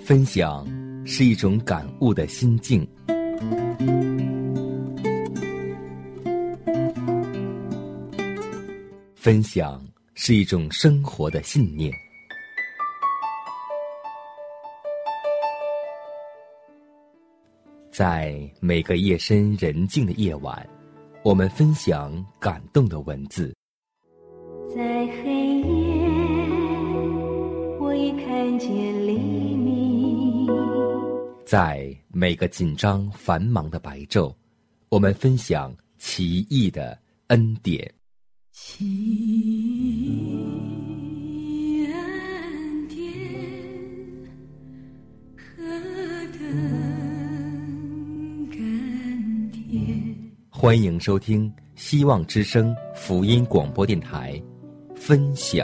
分享是一种感悟的心境，分享是一种生活的信念。在每个夜深人静的夜晚，我们分享感动的文字。 在黑夜，我已看见黎明。 在每个紧张繁忙的白昼，我们分享奇异的恩典。 奇异恩典，何等甘甜。 欢迎收听希望之声福音广播电台分享。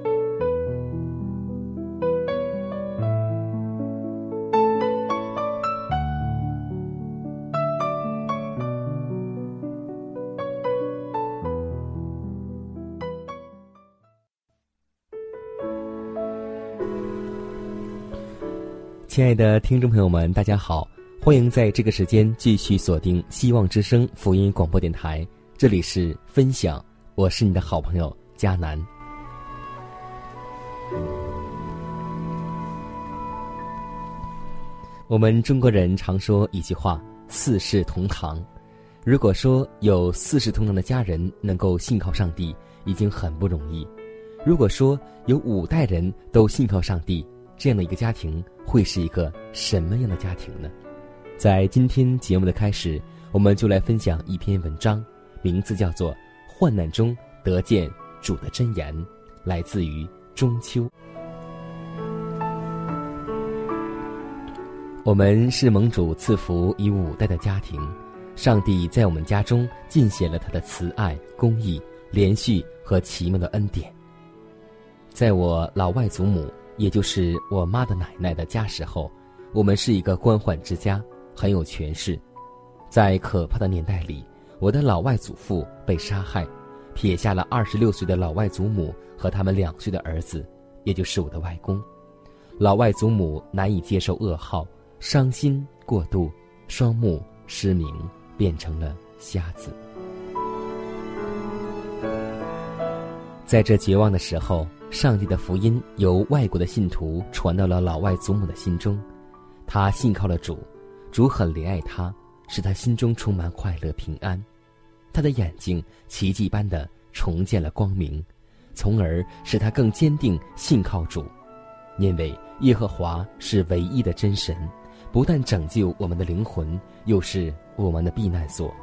亲爱的听众朋友们，大家好，欢迎在这个时间继续锁定希望之声福音广播电台，这里是分享，我是你的好朋友佳南。我们中国人常说一句话，四世同堂。如果说有四世同堂的家人能够信靠上帝，已经很不容易。如果说有5代人都信靠上帝，这样的一个家庭会是一个什么样的家庭呢？在今天节目的开始，我们就来分享一篇文章，名字叫做《患难中得见主的真言》，来自于中秋。我们是蒙主赐福于5代的家庭，上帝在我们家中尽显了他的慈爱、公义、连续和奇妙的恩典。在我老外祖母，也就是我妈的奶奶的家时候，我们是一个官宦之家，很有权势。在可怕的年代里，我的老外祖父被杀害，撇下了26岁的老外祖母和他们2岁的儿子，也就是我的外公。老外祖母难以接受噩耗，伤心过度，双目失明，变成了瞎子。在这绝望的时候，上帝的福音由外国的信徒传到了老外祖母的心中，他信靠了主，主很怜爱他，使他心中充满快乐平安。他的眼睛奇迹般地重见了光明，从而使他更坚定信靠主，因为耶和华是唯一的真神，不但拯救我们的灵魂，又是我们的避难所。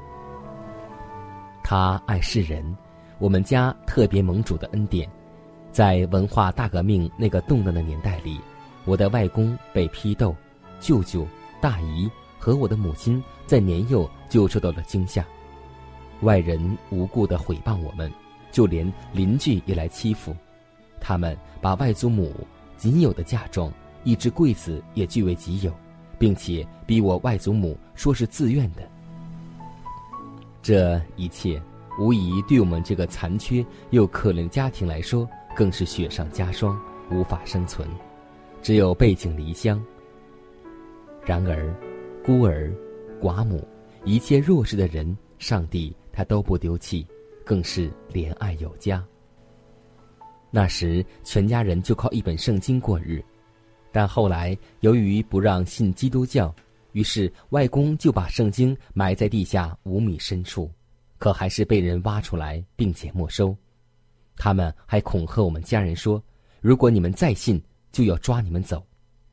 他爱世人，我们家特别蒙主的恩典。在文化大革命那个动荡的年代里，我的外公被批斗，舅舅、大姨和我的母亲在年幼就受到了惊吓。外人无故地毁谤我们，就连邻居也来欺负。他们把外祖母仅有的嫁妆、一只柜子也据为己有，并且逼我外祖母说是自愿的。这一切无疑对我们这个残缺又可怜家庭来说，更是雪上加霜，无法生存，只有背井离乡。然而孤儿、寡母、一切弱势的人，上帝他都不丢弃，更是怜爱有加。那时全家人就靠一本圣经过日，但后来由于不让信基督教，于是外公就把圣经埋在地下5米深处，可还是被人挖出来并且没收。他们还恐吓我们家人说，如果你们再信，就要抓你们走。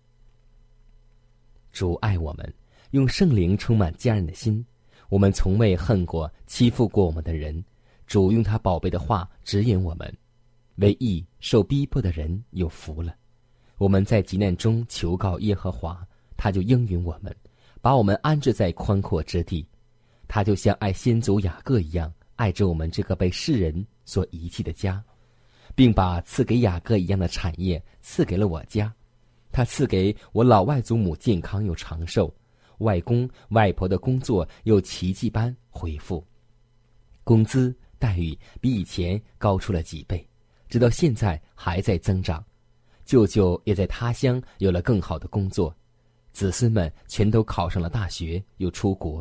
主爱我们，用圣灵充满家人的心，我们从未恨过欺负过我们的人。主用他宝贝的话指引我们，唯一受逼迫的人有福了。我们在急难中求告耶和华，他就应允我们，把我们安置在宽阔之地。他就像爱先祖雅各一样，爱着我们这个被世人所遗弃的家，并把赐给雅各一样的产业赐给了我家。他赐给我老外祖母健康又长寿，外公外婆的工作又奇迹般恢复，工资待遇比以前高出了几倍，直到现在还在增长。 舅舅也在他乡有了更好的工作，子孙们全都考上了大学，又出国。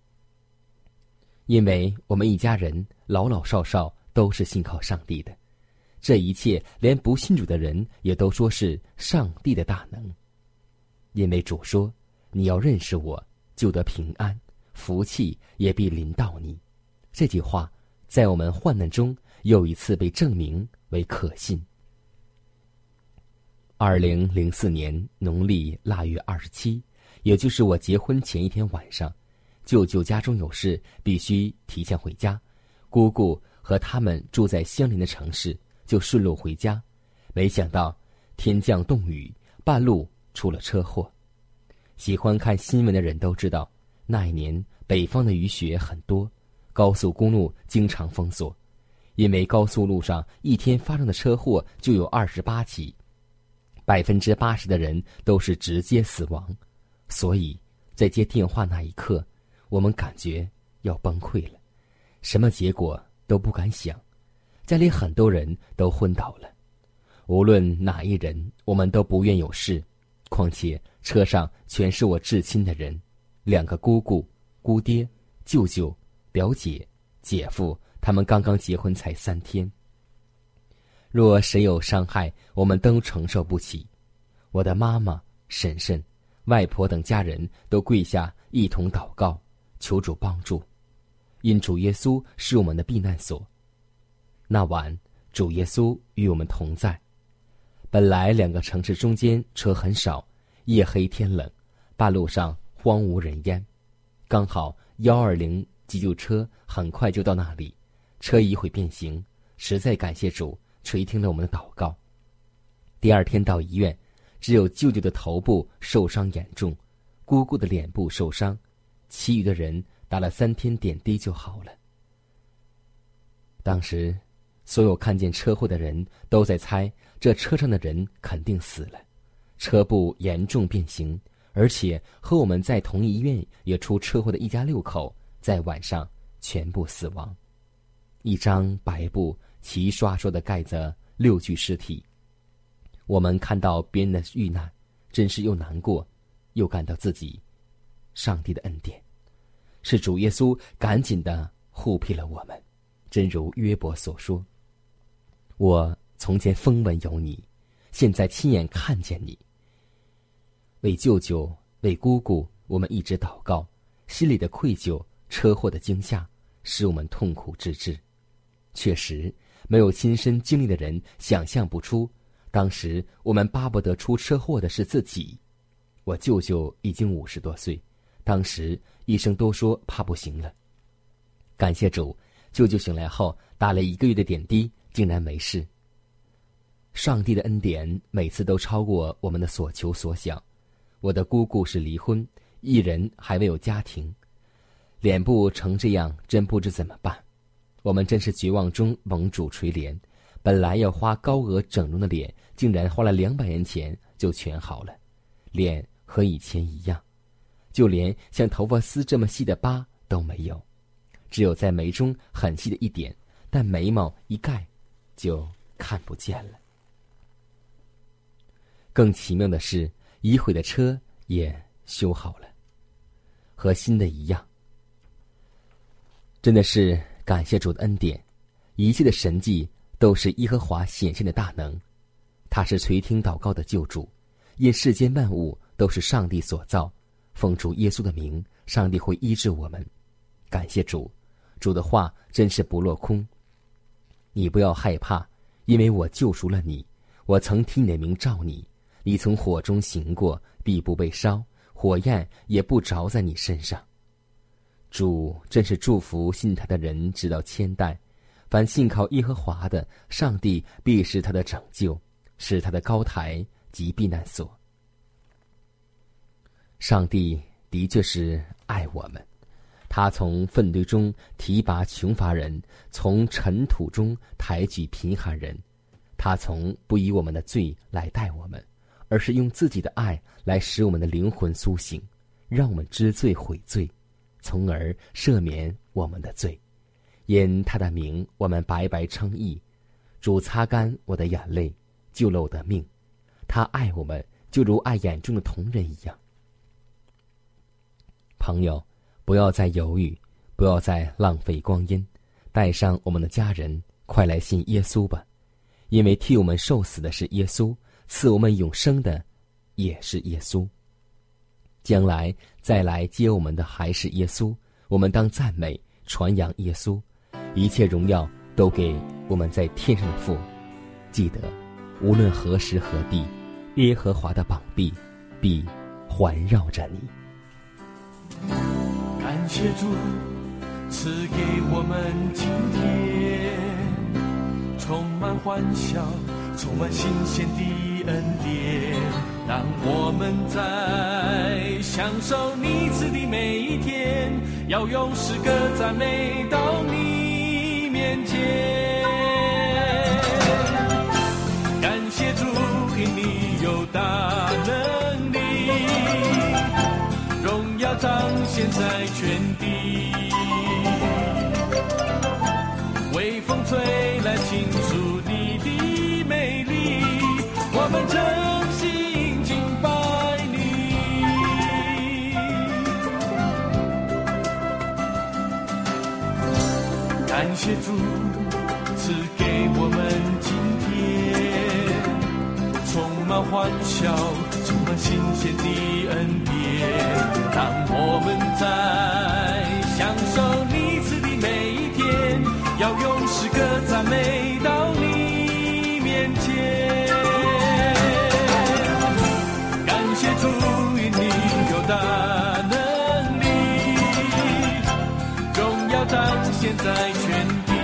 因为我们一家人老老少少都是信靠上帝的，这一切连不信主的人也都说是上帝的大能。因为主说，你要认识我，就得平安，福气也必临到你。这句话在我们患难中又一次被证明为可信。2004年农历腊月27，也就是我结婚前一天晚上，舅舅家中有事，必须提前回家。姑姑和他们住在相邻的城市，就顺路回家。没想到天降冻雨，半路出了车祸。喜欢看新闻的人都知道，那一年北方的雨雪很多，高速公路经常封锁。因为高速路上一天发生的车祸就有28起，80%的人都是直接死亡。所以在接电话那一刻，我们感觉要崩溃了，什么结果都不敢想。家里很多人都昏倒了，无论哪一人，我们都不愿有事。况且车上全是我至亲的人，2个姑姑、姑爹、舅舅、表姐、姐夫，他们刚刚结婚才3天。若谁有伤害，我们都承受不起。我的妈妈、婶婶、外婆等家人都跪下一同祷告，求主帮助。因主耶稣是我们的避难所。那晚，主耶稣与我们同在。本来2个城市中间车很少，夜黑天冷，半路上荒无人烟。刚好120急救车很快就到那里，车一会变形，实在感谢主垂听了我们的祷告。第2天到医院，只有舅舅的头部受伤严重，姑姑的脸部受伤，其余的人打了3天点滴就好了。当时所有看见车祸的人都在猜，这车上的人肯定死了，车部严重变形，而且和我们在同一医院也出车祸的一家6口在晚上全部死亡。一张白布齐刷刷地盖着6具尸体。我们看到别人的遇难，真是又难过又感到自己上帝的恩典，是主耶稣赶紧地护庇了我们。真如约伯所说，我从前风闻有你，现在亲眼看见你。为舅舅、为姑姑，我们一直祷告，心里的愧疚、车祸的惊吓使我们痛苦至至。确实，没有亲身经历的人想象不出，当时我们巴不得出车祸的是自己。我舅舅已经50多岁，当时医生都说怕不行了。感谢主，舅舅醒来后打了1个月的点滴，竟然没事。上帝的恩典每次都超过我们的所求所想。我的姑姑是离婚，一人还未有家庭，脸部成这样，真不知怎么办。我们真是绝望中蒙主垂怜，本来要花高额整容的脸，竟然花了200元钱就全好了，脸和以前一样，就连像头发丝这么细的疤都没有，只有在眉中很细的一点，但眉毛一盖就看不见了。更奇妙的是，已毁的车也修好了，和新的一样。真的是感谢主的恩典，一切的神迹都是耶和华显现的大能。他是垂听祷告的救主，因世间万物都是上帝所造，奉主耶稣的名，上帝会医治我们。感谢主，主的话真是不落空。你不要害怕，因为我救赎了你，我曾提你的名召你，你从火中行过，必不被烧，火焰也不着在你身上。主真是祝福信他的人直到千代，凡信靠耶和华的，上帝必是他的拯救，是他的高台及避难所。上帝的确是爱我们，他从粪堆中提拔穷乏人，从尘土中抬举贫寒人。他从不以我们的罪来待我们，而是用自己的爱来使我们的灵魂苏醒，让我们知罪悔罪，从而赦免我们的罪。因他的名，我们白白称义。主擦干我的眼泪，救了我的命。 他爱我们就如爱眼中的瞳人一样。朋友，不要再犹豫，不要再浪费光阴，带上我们的家人，快来信耶稣吧。因为替我们受死的是耶稣，赐我们永生的也是耶稣。将来再来接我们的还是耶稣，我们当赞美传扬耶稣，一切荣耀都给我们在天上的父。记得无论何时何地，耶和华的膀臂必环绕着你。 感谢主赐给我们今天充满欢笑，充满新鲜的恩典。当我们在享受你赐的每一天，要用诗歌赞美到你面前。感谢主，因你有大能力，荣耀彰显在全地。微风吹来倾诉你的美丽，我们真心敬拜你。感谢主赐给我们今天充满欢笑，充满新鲜的恩典。当我们在享受你赐的每一天，要用诗歌赞美到你面前。感谢主，因你有大能力，荣耀彰显在全地。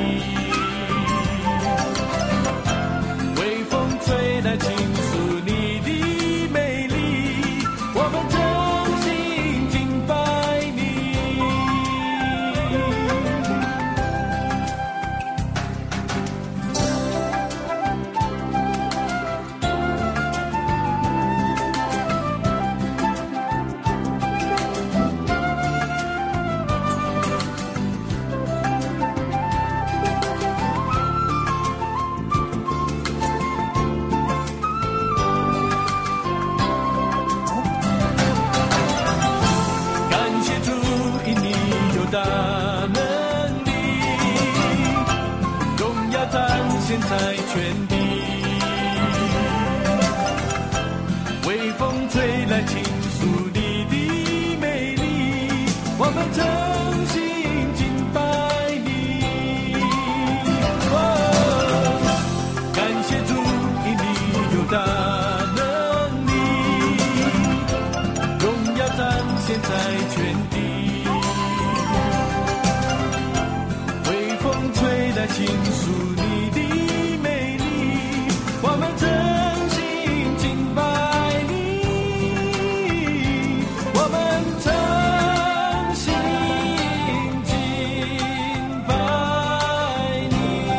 微风吹来倾诉你的美丽，我们真心敬拜你。感谢主，因你有大能力，荣耀彰显在全地。微风吹来倾诉你的美丽，我们真心敬拜你。感谢主，因你有大能力，荣耀彰显在全地。微风吹来倾诉你的美丽，我们真心敬拜你，我们真心敬拜你。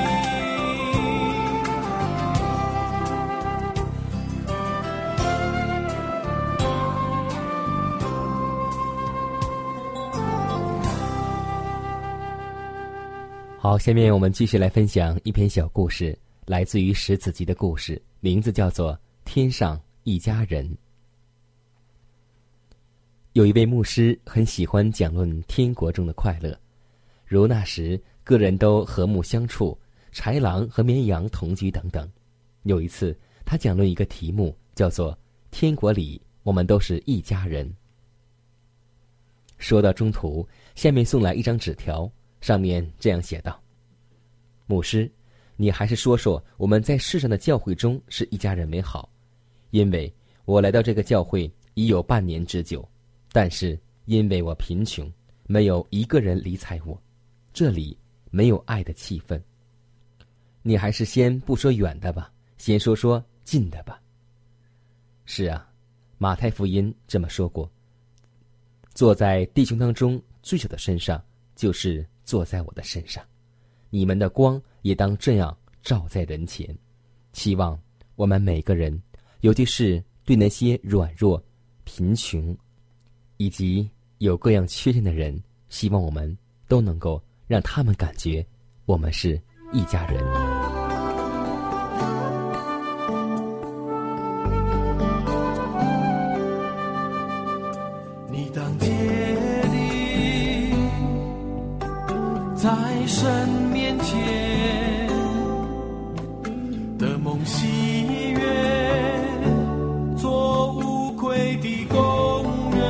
好，下面我们继续来分享一篇小故事，来自于史子集的故事，名字叫做《天上一家人》。有一位牧师很喜欢讲论天国中的快乐，如那时个人都和睦相处，豺狼和绵羊同居等等。有一次他讲论一个题目，叫做天国里我们都是一家人。说到中途，下面送来一张纸条，上面这样写道：牧师，你还是说说我们在世上的教会中是一家人为好，因为我来到这个教会已有半年之久，但是因为我贫穷，没有一个人理睬我，这里没有爱的气氛。你还是先不说远的吧，先说说近的吧。是啊，马太福音这么说过，坐在弟兄当中最小的身上，就是坐在我的身上。你们的光也当这样照在人前。希望我们每个人，尤其是对那些软弱、贫穷以及有各样缺陷的人，希望我们都能够让他们感觉我们是一家人。 神面前的梦喜悦，做无愧的工人，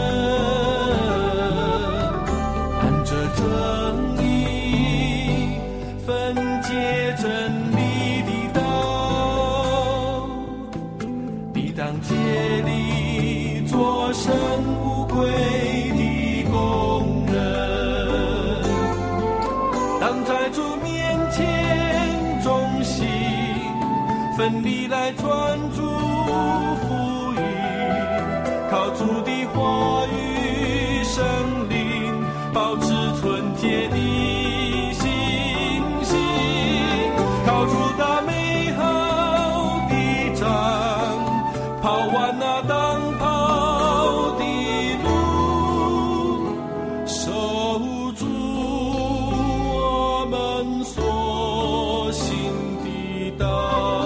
按着正义分解真理的道，你当竭力做神无愧的工人，当在主面前忠心奋力来传主福音，靠主的话语圣灵保持纯洁的信心，靠主打美好的仗，跑完那当跑的路，守住我们所行的道。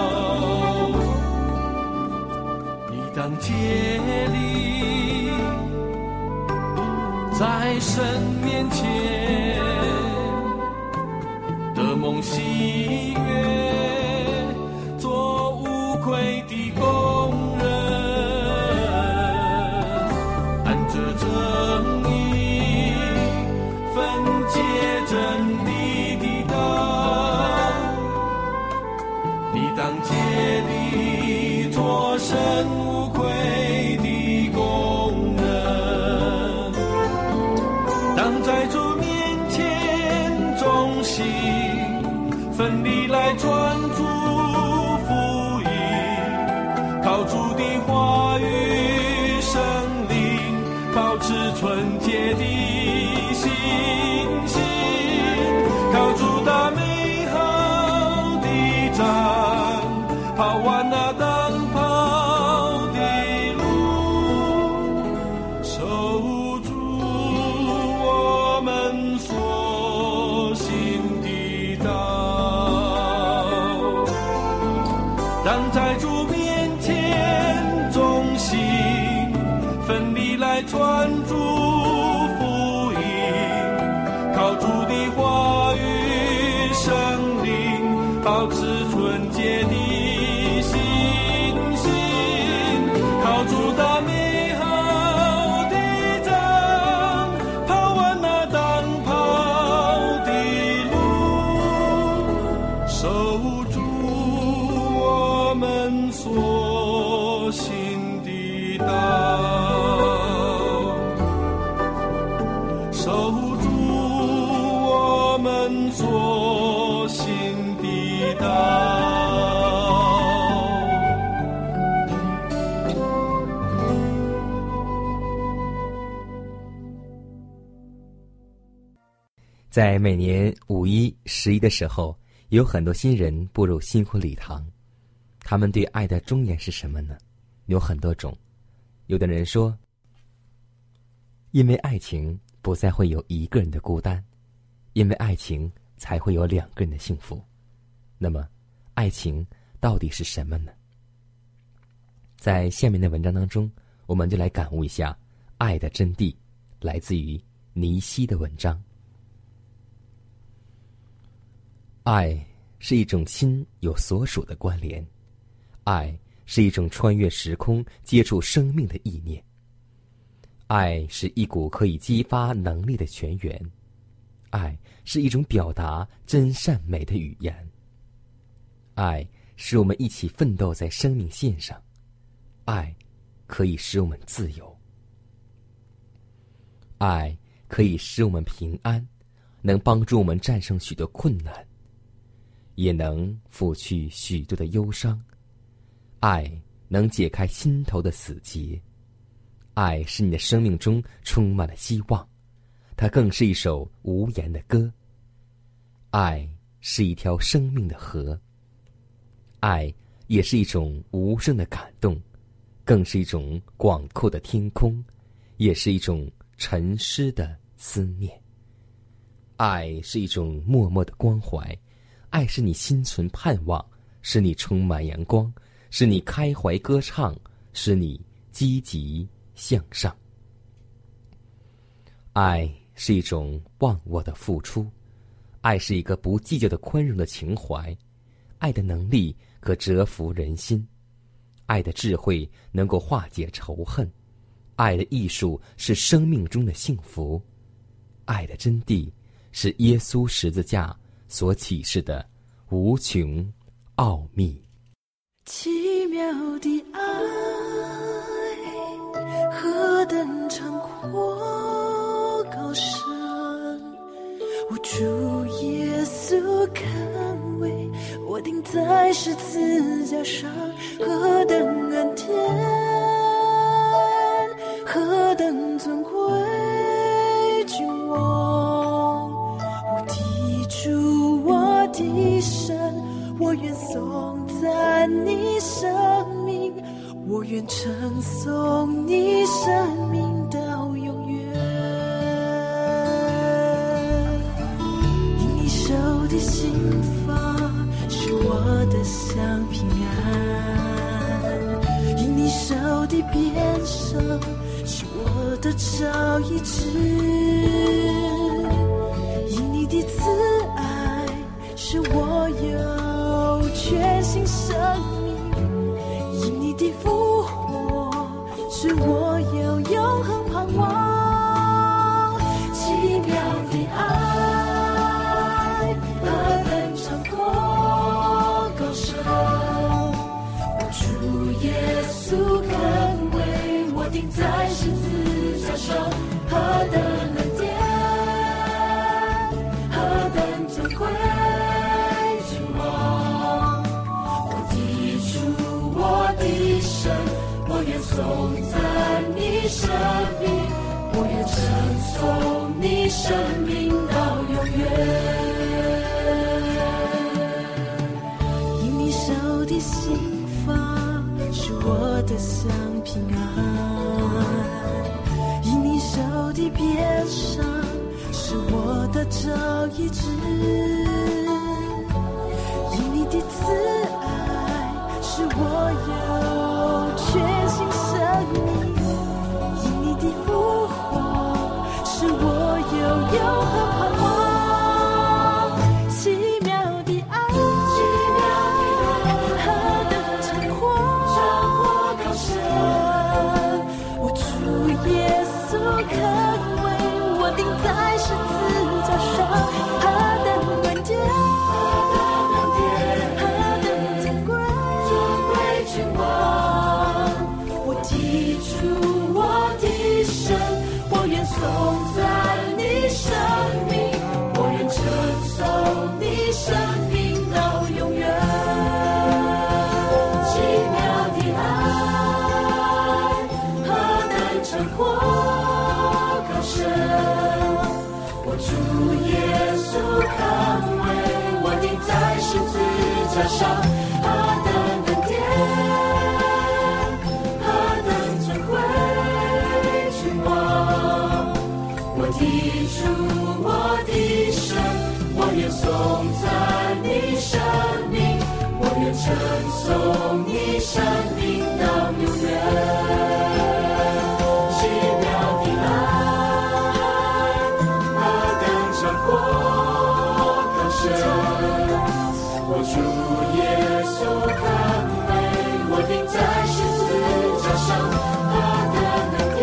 你当竭力在神面前的梦喜悦，做无愧的工人，按着正义分解真理的道，你当竭力做神无愧的工人，当在主面前忠心奋力来传主福音，靠主的话语圣灵保持纯洁的信心，靠主打美好的仗，跑完那当跑的路，守住我们所行的道，当在主面前忠心奋力来传主福音，靠主的话语圣灵保持纯洁的信心，靠主打美好的仗，跑完那当跑的路，守住我们所行的道，守住我们所行的道。 在每年5、11的时候，有很多新人步入新婚礼堂。他们对爱的忠言是什么呢？有很多种。有的人说，因为爱情不再会有一个人的孤单，因为爱情才会有2个人的幸福。那么爱情到底是什么呢？在下面的文章当中，我们就来感悟一下爱的真谛，来自于尼西的文章。爱是一种心有所属的关联，爱是一种穿越时空接触生命的意念，爱是一股可以激发能力的泉源，爱是一种表达真善美的语言，爱使我们一起奋斗在生命线上，爱可以使我们自由，爱可以使我们平安，能帮助我们战胜许多困难，也能抚去许多的忧伤。爱能解开心头的死结，爱使你的生命中充满了希望，它更是一首无言的歌。爱是一条生命的河，爱也是一种无声的感动，更是一种广阔的天空，也是一种沉思的思念。爱是一种默默的关怀，爱使你心存盼望，使你充满阳光，使你开怀歌唱，使你积极向上。爱是一种忘我的付出， 爱是一个不计较的宽容的情怀，爱的能力可折服人心，爱的智慧能够化解仇恨，爱的艺术是生命中的幸福，爱的真谛是耶稣十字架所启示的无穷奥秘。 奇妙的爱，何等长阔高深，我主耶稣看为我钉在十字架上，何等恩典，何等尊贵君王，我的主，我的神，我愿颂赞你生命，我愿称颂你生命到永远。因你手的心法是我的香平安，因你手的鞭伤是我的朝医治，因你的慈爱是我有全新生命，因你的复活是我有永恒盼望。奇妙的爱何等长阔高深，我主耶稣肯为我钉在十字架上，何等恩典，何等尊贵君王，我的主，我的神，我愿颂赞你生命，我愿称颂你生命到永远。因你手的心法是我的香平安，因你手的鞭伤是我的朝医治，因你的慈爱是我有全新生命，因你的复活是我有永恒盼望。奇妙的爱，何等长阔高深，我主耶稣肯为我钉在十字架上，何等恩典，何等尊贵君王，我的主，我的神，我愿颂赞你生命，我愿称颂你生命到永远。奇妙的爱何等长阔高深，我主耶稣肯为我钉在十字架上，何等恩典，何等尊贵君王，我的主，我的神，我愿颂赞你生命，我愿称颂你生命到永远。奇妙的爱何等长阔高深，我主耶稣肯为我钉在十字架上，何等恩典，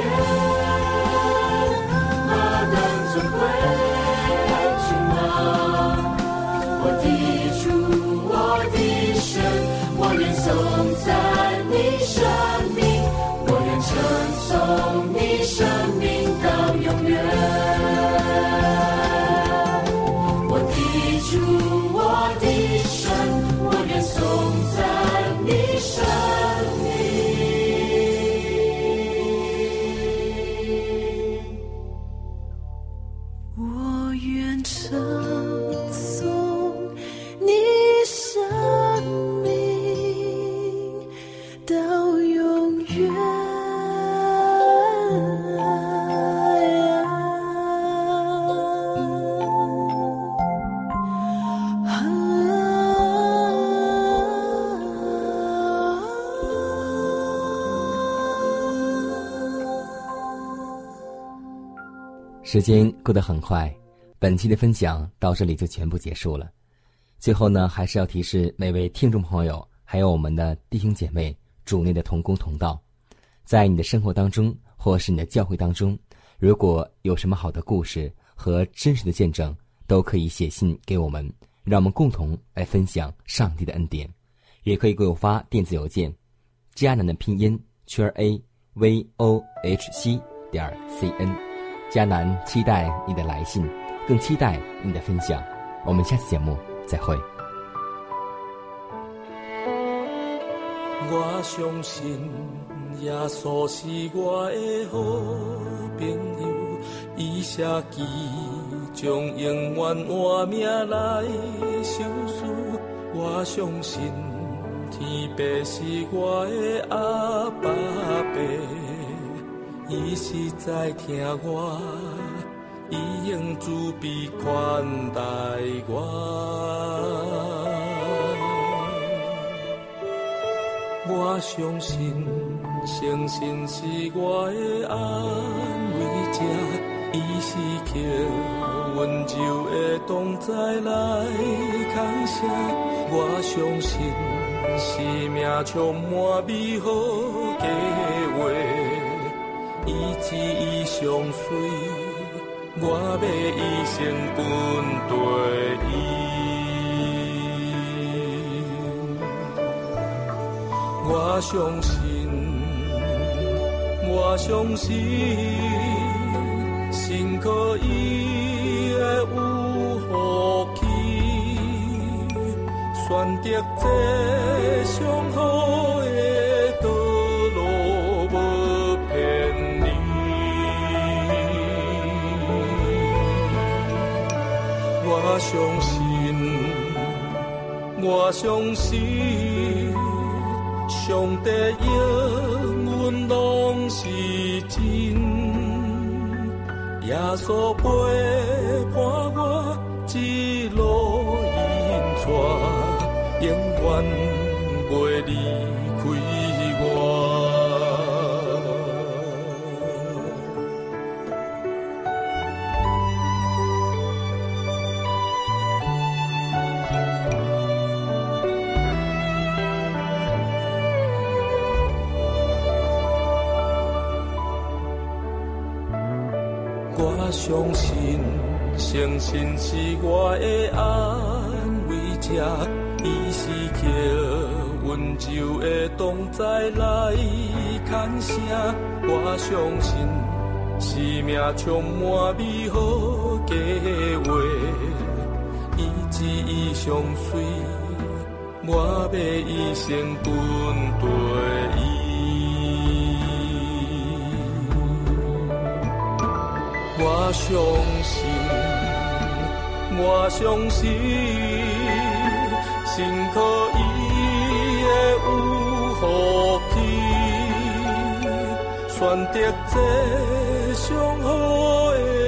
何等尊贵君王，我的主，我的神，我愿颂赞你生命，我愿称颂你生命到永远。我的主，我的神，我愿颂赞你生命。我愿称颂你生命到永远。 时间过得很快， 本期的分享到这里就全部结束了。最后呢，还是要提示每位听众朋友，还有我们的弟兄姐妹，主内的同工同道，在你的生活当中，或是你的教会当中，如果有什么好的故事和真实的见证，都可以写信给我们，让我们共同来分享上帝的恩典。也可以给我发电子邮件，迦南的拼音@avohc.cn。迦南期待你的来信，更期待你的分享。我们下次节目再会。 我相信耶稣是我的好朋友，伊写记将永远活命来受死。我相信天父是我的阿爸爸，伊是在听我，伊用慈悲款待我。我相信圣神是我的安慰者，伊是靠温柔的同在来扛下。我相信生命充满美好计划，伊旨意上水，我要一生跟对伊。我相信，信靠伊的有福气，选择这上好的道路，无偏离。我相信。上帝应允拢是真，耶稣陪伴我一路引带，永远袂离开我。我相信圣神是我的安慰者，伊是靠温柔的同在来牵绳。我相信生命充满美好计划，伊旨意上水，我要一生跟对伊。我相信，信靠伊的有福气，选择这上好的